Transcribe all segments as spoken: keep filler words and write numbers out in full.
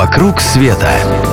«Вокруг света»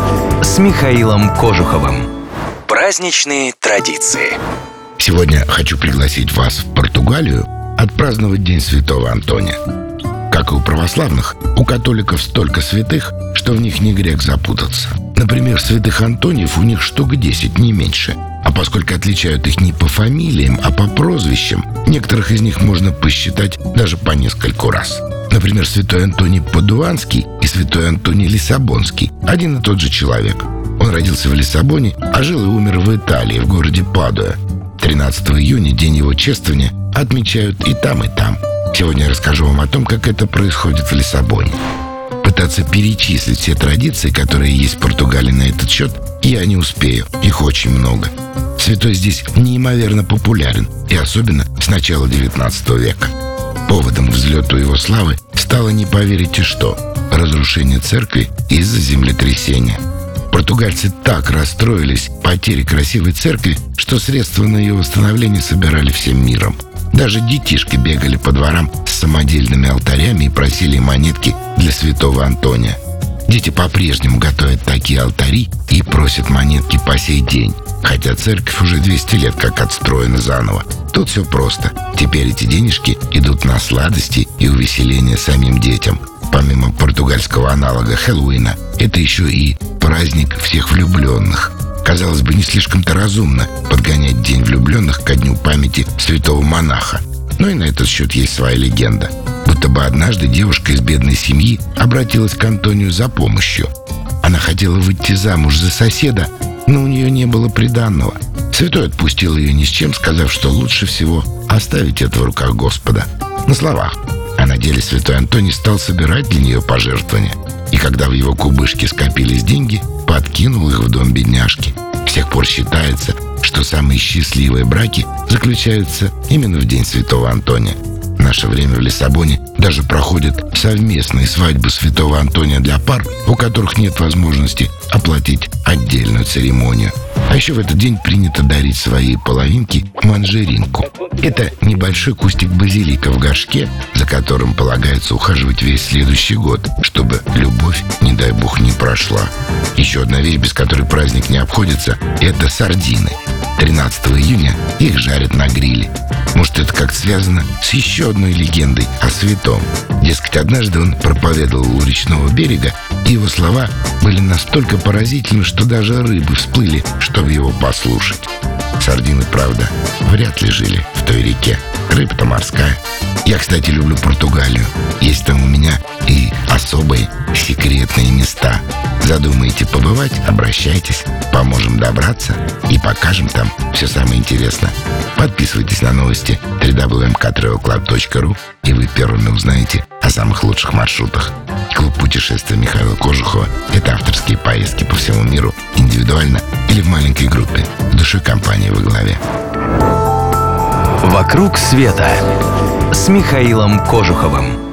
с Михаилом Кожуховым. Праздничные традиции. Сегодня хочу пригласить вас в Португалию отпраздновать День Святого Антония. Как и у православных, у католиков столько святых, что в них не грех запутаться. Например, святых Антониев у них штук десять, не меньше. А поскольку отличают их не по фамилиям, а по прозвищам, некоторых из них можно посчитать даже по нескольку раз. Например, святой Антоний Падуанский и святой Антоний Лиссабонский – один и тот же человек. Он родился в Лиссабоне, а жил и умер в Италии, в городе Падуа. тринадцатого июня, день его чествования, отмечают и там, и там. Сегодня я расскажу вам о том, как это происходит в Лиссабоне. Пытаться перечислить все традиции, которые есть в Португалии на этот счет, я не успею. Их очень много. Святой здесь неимоверно популярен, и особенно с начала девятнадцатого века. Поводом к взлету его славы стало, не поверите что, разрушение церкви из-за землетрясения. Португальцы так расстроились потерей красивой церкви, что средства на ее восстановление собирали всем миром. Даже детишки бегали по дворам с самодельными алтарями и просили монетки для святого Антония. Дети по-прежнему готовят такие алтари и просят монетки по сей день. Хотя церковь уже двести лет как отстроена заново. Тут все просто. Теперь эти денежки идут на сладости и увеселение самим детям. Помимо португальского аналога Хэллоуина, это еще и праздник всех влюбленных. Казалось бы, не слишком-то разумно подгонять День влюбленных ко дню памяти святого монаха. Но и на этот счет есть своя легенда. Будто бы однажды девушка из бедной семьи обратилась к Антонию за помощью. Она хотела выйти замуж за соседа, но у нее не было приданного. Святой отпустил ее ни с чем, сказав, что лучше всего оставить это в руках Господа. На словах. А на деле святой Антоний стал собирать для нее пожертвования. И когда в его кубышке скопились деньги, подкинул их в дом бедняжки. С тех пор считается, что самые счастливые браки заключаются именно в День Святого Антония. В наше время в Лиссабоне даже проходят совместные свадьбы святого Антония для пар, у которых нет возможности оплатить отдельную церемонию. А еще в этот день принято дарить своей половинке манжеринку. Это небольшой кустик базилика в горшке, за которым полагается ухаживать весь следующий год, чтобы любовь, не дай бог, не прошла. Еще одна вещь, без которой праздник не обходится, это сардины. тринадцатого июня их жарят на гриле. Может, это как-то связано с еще одной легендой о святом. Дескать, однажды он проповедовал у речного берега, и его слова были настолько поразительны, что даже рыбы всплыли, чтобы его послушать. Сардины, правда, вряд ли жили в той реке. Рыба-то морская. Я, кстати, люблю Португалию. Есть там у меня и особые секретные места. Задумаете побывать? Обращайтесь. Поможем добраться и покажем там все самое интересное. Подписывайтесь на новости дабл ю дабл ю дабл ю точка эм ка тревел клаб точка ру, и вы первыми узнаете о самых лучших маршрутах. Клуб путешествия Михаила Кожухова – это авторские поездки по всему миру, индивидуально или в маленькой группе, с душой компании во главе. «Вокруг света» с Михаилом Кожуховым.